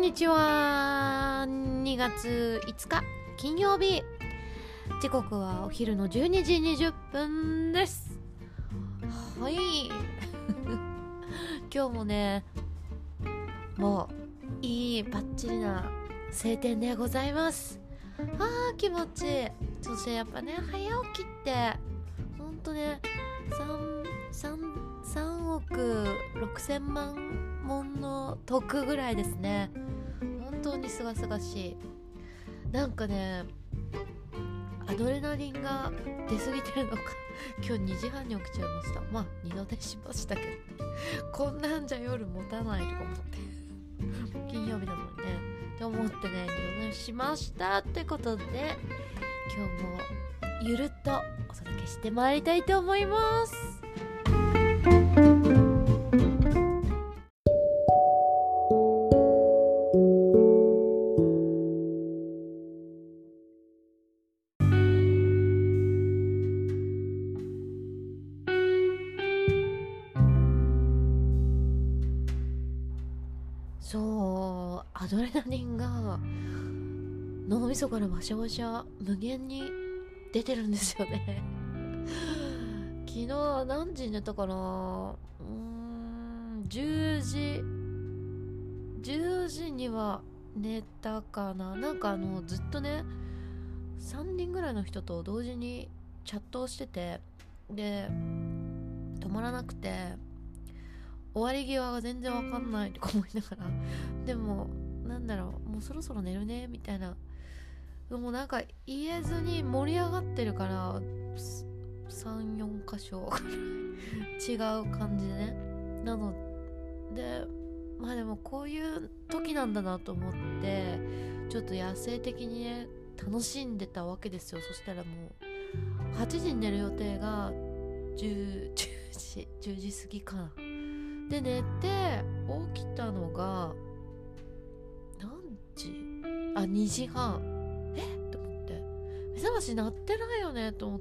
にちは。2月5日金曜日、時刻はお昼の12時20分です。はい今日もね、もういいバッチリな晴天でございます。気持ちいい。そしてやっぱね、早起きってほんとね、3億6000万もんの得ぐらいですね。本当にすがすがしい。なんかね、アドレナリンが出過ぎてるのか今日2時半に起きちゃいました。二度寝しましたけどこんなんじゃ夜持たないとか思って金曜日なのにねって思ってね、二度寝しましたってことで、今日もゆるっとお届けしてまいりたいと思います。そう、アドレナリンが脳みそからバシャバシャ無限に出てるんですよね昨日何時に寝たかな。10時には寝たかな。なんかずっとね、3人ぐらいの人と同時にチャットをしてて、で止まらなくて、終わり際が全然わかんないとか思いながら、でもなんだろう、もうそろそろ寝るねみたいな、でもなんか言えずに盛り上がってるから3、4箇所違う感じでね。なのででもこういう時なんだなと思って、ちょっと野生的にね楽しんでたわけですよ。そしたらもう8時に寝る予定が10時過ぎかな。で寝て起きたのが何時2時半。と思って、目覚まし鳴ってないよねと思って、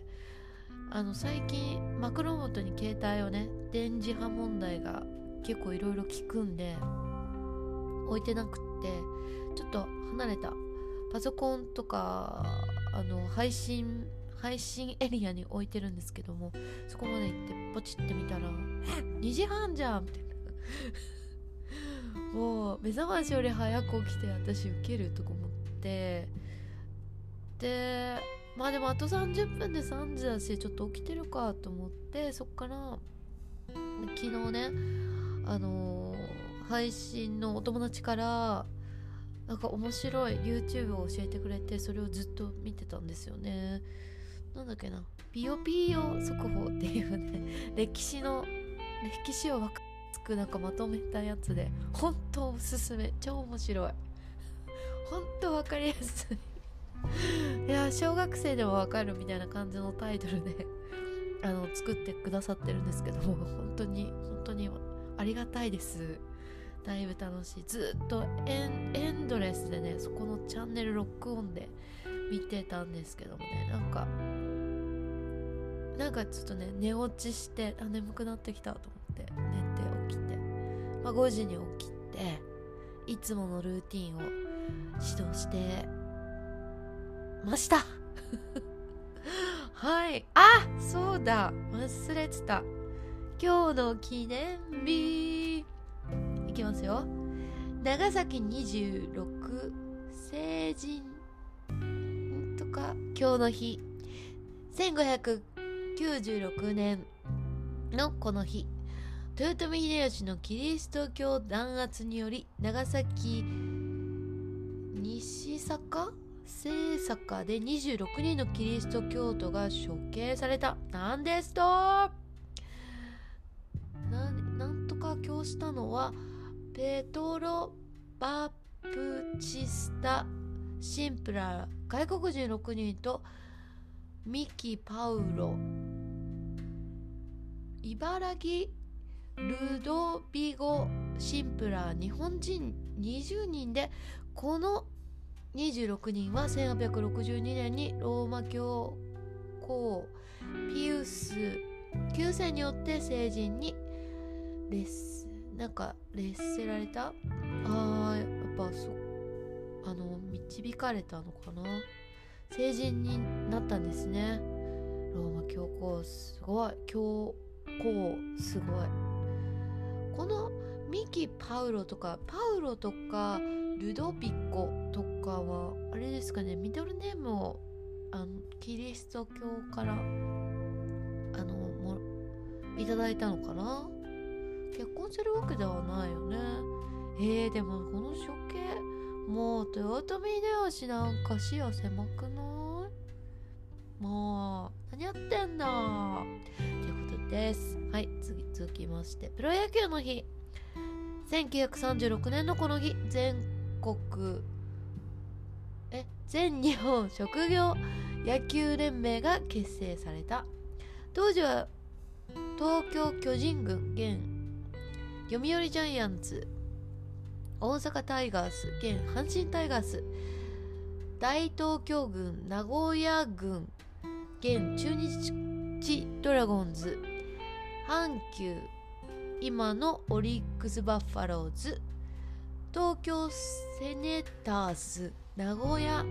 最近枕元に携帯をね、電磁波問題が結構いろいろ効くんで置いてなくって、ちょっと離れたパソコンとか配信エリアに置いてるんですけども、そこまで行ってポチってみたら2時半じゃんみたいなもう目覚ましより早く起きて私ウケるとか思って、ででもあと30分で3時だし、ちょっと起きてるかと思って、そっから昨日ね、配信のお友達からなんか面白い YouTube を教えてくれて、それをずっと見てたんですよね。なんだっけな、ピヨピヨ速報っていうね、歴史を分かりやすくなんかまとめたやつで、本当おすすめ、超面白い、本当分かりやすいいや、小学生でも分かるみたいな感じのタイトルで作ってくださってるんですけども、本当にありがたいです。だいぶ楽しい。ずっとエンドレスでね、そこのチャンネルロックオンで見てたんですけどもね、なんかちょっとね、寝落ちして眠くなってきたと思って寝て起きて、5時に起きて、いつものルーティンを指導してましたはいそうだ、忘れてた。今日の記念日いきますよ。長崎26成人とか今日の日、1596年のこの日、豊臣秀吉のキリスト教弾圧により長崎西坂西坂で26人のキリスト教徒が処刑された。なんですと、なんとか教したのはペトロ・バプチスタ・シンプラ外国人6人とミキ・パウロ、茨城ルドビゴ・シンプラ日本人20人で、この26人は1862年にローマ教皇ピウス9世によって成人に列せられた。やっぱ導かれたのかな。成人になったんですね。ローマ教皇すごい。教皇すごい。このミキ・パウロとかルドビコとかはあれですかね、ミドルネームをキリスト教からいただいたのかな。結婚するわけではないよね。でもこの処刑もう豊臣秀吉なんか視野狭くない？もう何やってんだということです。はい、続きまして、プロ野球の日。1936年のこの日、全日本職業野球連盟が結成された。当時は東京巨人軍現読売ジャイアンツ、大阪タイガース現阪神タイガース、大東京軍名古屋軍現中日ドラゴンズ、阪急今のオリックスバファローズ、東京セネターズ、名古屋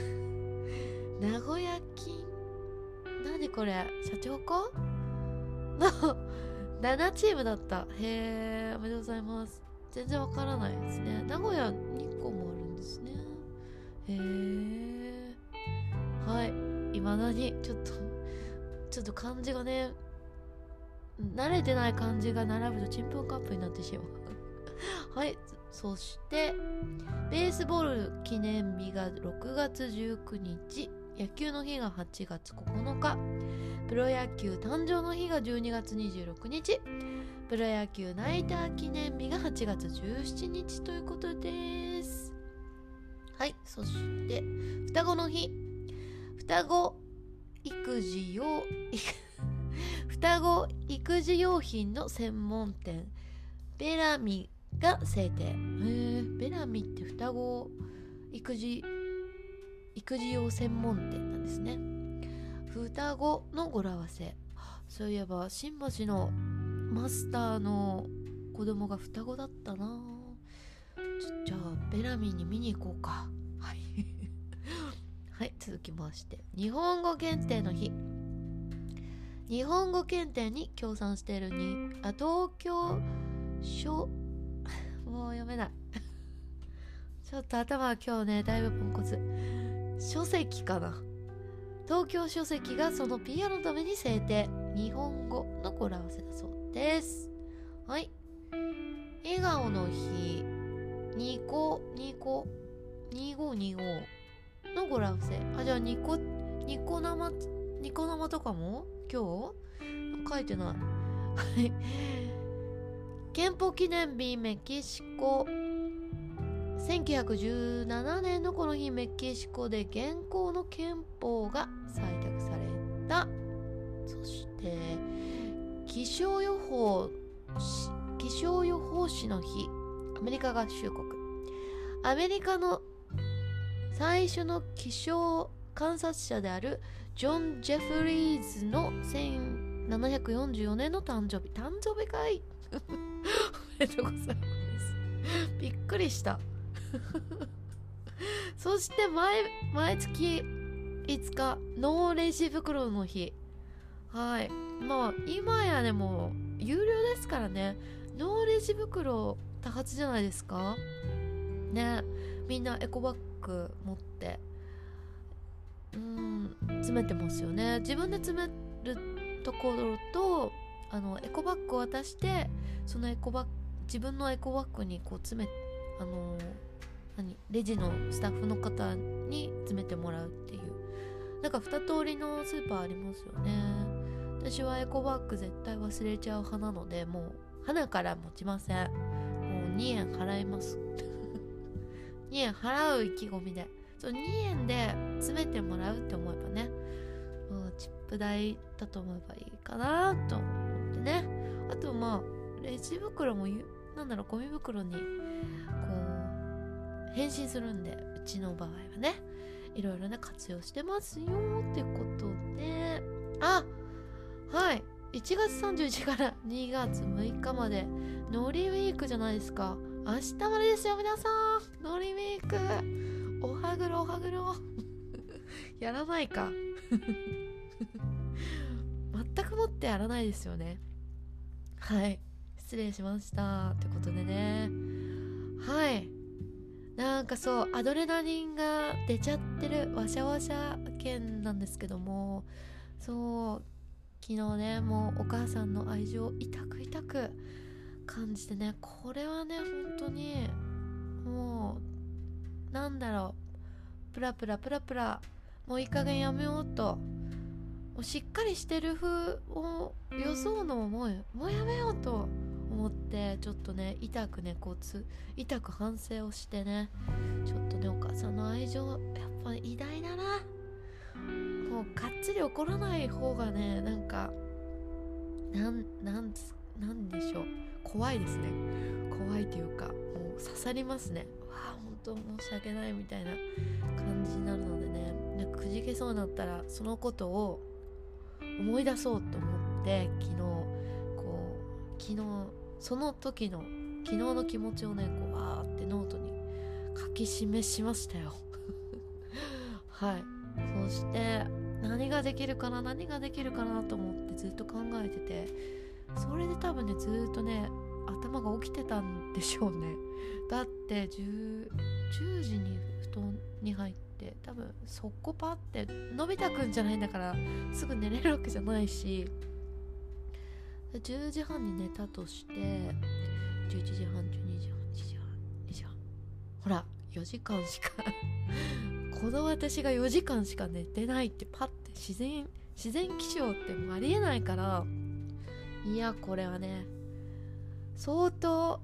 金、何これ、社長かの7チームだった。へー、おめでとうございます。全然わからないですね。名古屋2個もあるんですね。へー、はい、未だにちょっと漢字がね、慣れてない漢字が並ぶとちんぷんかっぷになってしまうはい、そしてベースボール記念日が6月19日、野球の日が8月9日、プロ野球誕生の日が12月26日、プロ野球ナイター記念日が8月17日ということです。はい、そして双子の日、双子育児用品の専門店ベラミが制定。ベラミって双子育児用専門店なんですね。双子の語呂合わせ。そういえば新橋のマスターの子供が双子だったな。じゃあベラミに見に行こうか。はいはい、続きまして日本語検定の日。日本語検定に協賛している東京もう読めないちょっと頭は今日ねだいぶポンコツ。書籍かな。東京書籍がその PR のために制定。日本語の語呂合わせだそうです。はい、笑顔の日、ニコ25の語呂合わせ。じゃあニコ生とかも今日書いてないはい憲法記念日メキシコ。1917年のこの日、メキシコで現行の憲法が採択された。そして気象予報士の日。アメリカ合衆国。アメリカの最初の気象観察者であるジョン・ジェフリーズの1744年の誕生日かいおめでとうございます。びっくりしたそして毎月5日ノーレジ袋の日。はい、まあ今やねもう有料ですからね。ノーレジ袋多発じゃないですかね。みんなエコバッグ持って詰めてますよね。自分で詰めるところとエコバッグを渡して、その自分のエコバッグにこう詰めレジのスタッフの方に詰めてもらうっていう、なんか2通りのスーパーありますよね。私はエコバッグ絶対忘れちゃう派なので、もう鼻から持ちません。もう2円払います2円払う意気込みで、2円で詰めてもらうって思えばね、チップ代だと思えばいいかなと思ってね。あとレジ袋もゴミ袋にこう変身するんで、うちの場合はねいろいろね活用してますよってことで、はい、 1月30日から2月6日までノリウィークじゃないですか。明日までですよ皆さん。ノリウィーク、おはぐろおはぐろやらないか全くもってやらないですよね。はい、失礼しましたってことでね。はい、なんかそうアドレナリンが出ちゃってるわしゃわしゃ県なんですけども、そう昨日ねもうお母さんの愛情を痛く感じてね、これはね本当にもうなんだろう、プラプラもういい加減やめようと、もうしっかりしてる風を装うのももうやめようと思って、ちょっとね痛く反省をしてね、ちょっとねお母さんの愛情やっぱ偉大だな。もうがっつり怒らない方がね、なんかなんでしょう、怖いですね。怖いというかもう刺さりますね。わあ本当申し訳ないみたいな感じになるのでね、なんかくじけそうになったらそのことを思い出そうと思って、昨日その時の昨日の気持ちをねこうわーってノートに書き示しましたよはい、そして何ができるかなと思ってずっと考えてて、それで多分ねずっとね頭が起きてたんでしょうね。だって10時に布団に入って多分そこパってのび太くんじゃないんだからすぐ寝れるわけじゃないし、10時半に寝たとして11時半12時半1時半2時半、ほら4時間しかこの私が4時間しか寝てないってパッて自然起床ってもありえないから、いやこれはね相当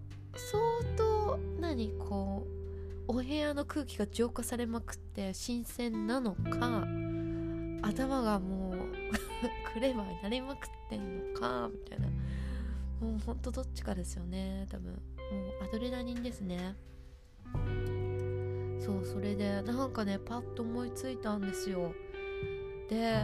お部屋の空気が浄化されまくって新鮮なのか、頭がもうクレバーになりまくってんのかみたいな、もうほんとどっちかですよね。多分もうアドレナリンですね。そうそれでなんかねパッと思いついたんですよ。で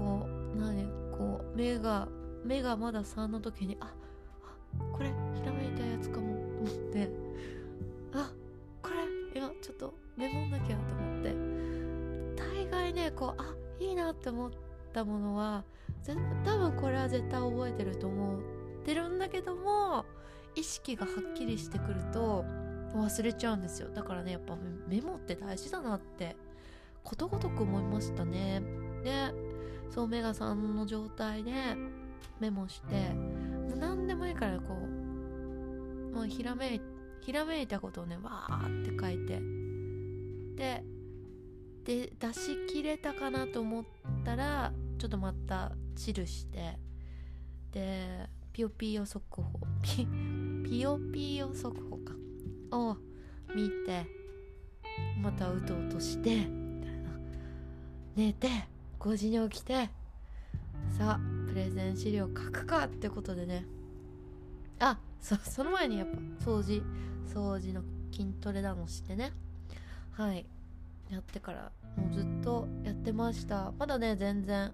目がまだ3の時にこれひらめいたやつかもと思って、これ今ちょっとメモんなきゃと思って、大概ねいいなって思ったものは多分これは絶対覚えてると思ってるんだけども、意識がはっきりしてくると忘れちゃうんですよ。だからねやっぱメモって大事だなってことごとく思いましたね。でそうメガさんの状態でメモして、何でもいいからもうひらめいたことをねわーって書いて、で出し切れたかなと思ったらちょっとまた記して、でピヨピヨ速報ピヨピヨ速報かを見て、またうとうとしてみたいな、寝て5時に起きて、さあプレゼン資料書くかってことでね、その前にやっぱ掃除の筋トレだのしてね、はいやってからもうずっとやってました。まだね全然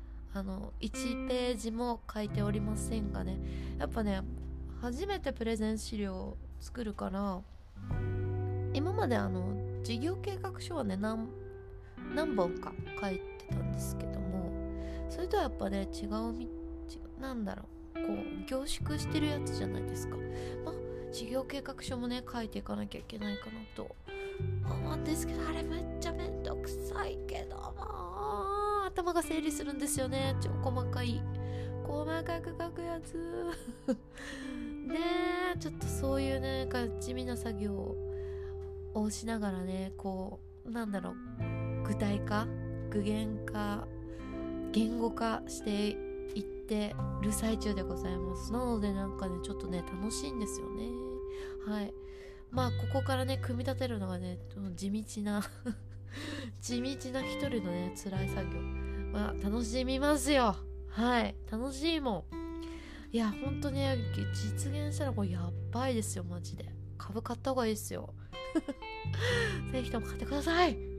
1ページも書いておりませんがね、やっぱね初めてプレゼン資料を作るから、今まで事業計画書はね何本か書いてたんですけども、それとはやっぱねなんだろう、凝縮してるやつじゃないですか。事業計画書もね書いていかなきゃいけないかなと思うんですけど、あれめっちゃめんどくさいけども頭が整理するんですよね。超細かく書くやつねえ、ちょっとそういうね地味な作業をしながらねなんだろう、具体化具現化言語化していってる最中でございます。なのでなんかねちょっとね楽しいんですよね。はい、ここからね組み立てるのがね地道な一人のね辛い作業、楽しみますよ。はい、楽しいもん。いや本当ね実現したらこれやばいですよマジで。株買った方がいいですよぜひとも買ってください。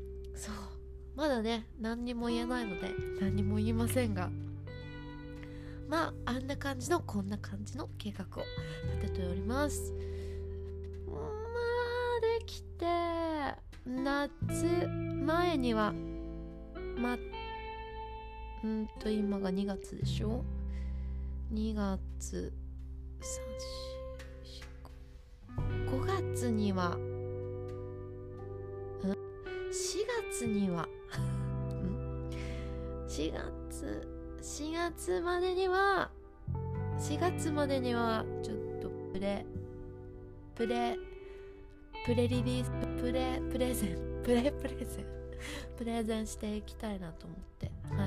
そうまだね何にも言えないので何にも言いませんが、 まああんな感じのこんな感じの計画を立てております。まあできて夏前には今が2月でしょ。2月5月には4月には4月までにはちょっとプレリリースプレゼンしていきたいなと思って、はい、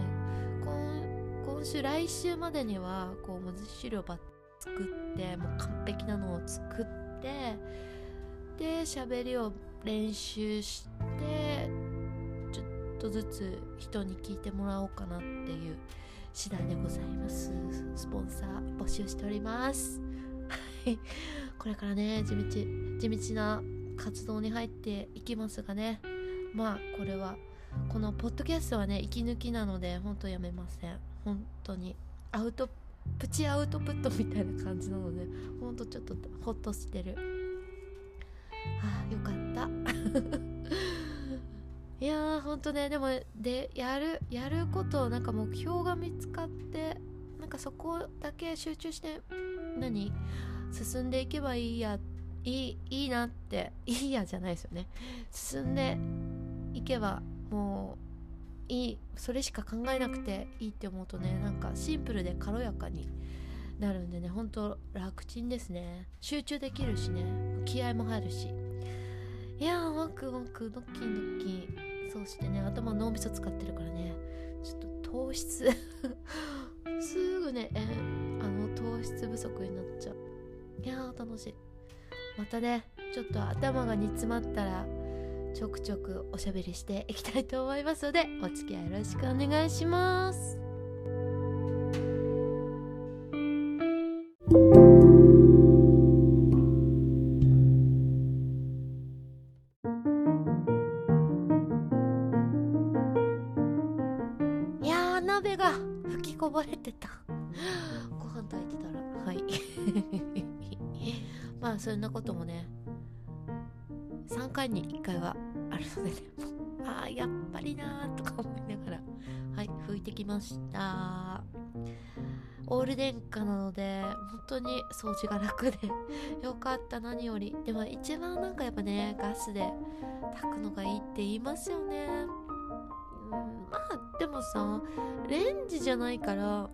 来週までにはこう文字資料ば作ってもう完璧なのを作ってで喋りを練習してちょっとずつ人に聞いてもらおうかなっていう次第でございます。スポンサー募集しておりますこれからね地道な活動に入っていきますがね、まあこのポッドキャストはね息抜きなので本当やめません。本当にプチアウトプットみたいな感じなので本当ちょっとホッとしてる。よかったいやー本当ね、でもやることなんか目標が見つかってなんかそこだけ集中して進んでいけばいいなっていいやじゃないですよね。進んでいけばもういい、それしか考えなくていいって思うとね、なんかシンプルで軽やかになるんでね、ほんと楽ちんですね。集中できるしね、気合も入るし、いやーワクワクドキドキ。そうしてね、頭脳みそ使ってるからね、ちょっと糖質すぐね糖質不足になっちゃう。いやー楽しい。またねちょっと頭が煮詰まったらちょくちょくおしゃべりしていきたいと思いますので、お付き合いよろしくお願いします。いやー鍋が吹きこぼれてた。ご飯炊いてたらはいまあそんなこともね3回に1回はあるのでねやっぱりなーとか思いながらはい拭いてきました。オール電化なので本当に掃除が楽でよかった。何よりでも一番なんかやっぱねガスで炊くのがいいって言いますよね。まあでもさレンジじゃないから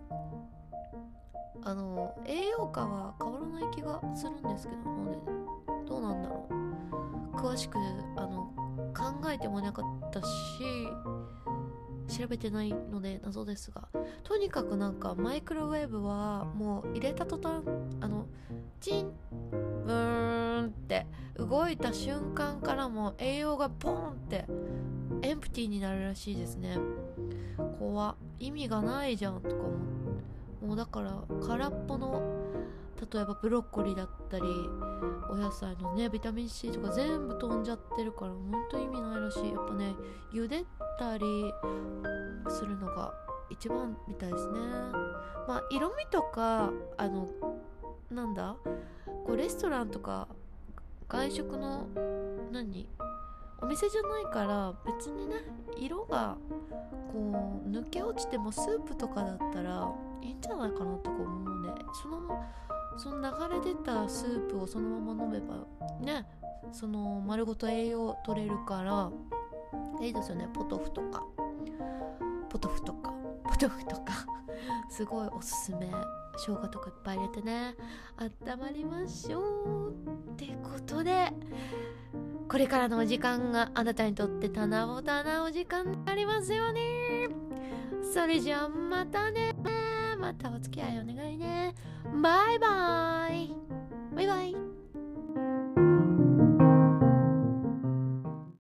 栄養価は変わらない気がするんですけどね。どうなんだろう、詳しく考えてもなかったし調べてないので謎ですが、とにかくなんかマイクロウェーブはもう入れた途端チンブーンって動いた瞬間からもう栄養がボーンってエンプティになるらしいですね。怖意味がないじゃんとか思って、もうだから空っぽの例えばブロッコリーだったりお野菜のねビタミン C とか全部飛んじゃってるから本当意味ないらしい。やっぱね茹でたりするのが一番みたいですね。まあ色味とかこうレストランとか外食のお店じゃないから別にね色がこう抜け落ちてもスープとかだったらいいんじゃないかなとか思うね。その流れ出たスープをそのまま飲めばね、その丸ごと栄養取れるからいいですよね。ポトフとかすごいおすすめ。生姜とかいっぱい入れてね温まりましょうってことで、これからのお時間があなたにとって棚ぼたなお時間になりますよね。それじゃあまたね、またお付き合いお願いね。バイバイ。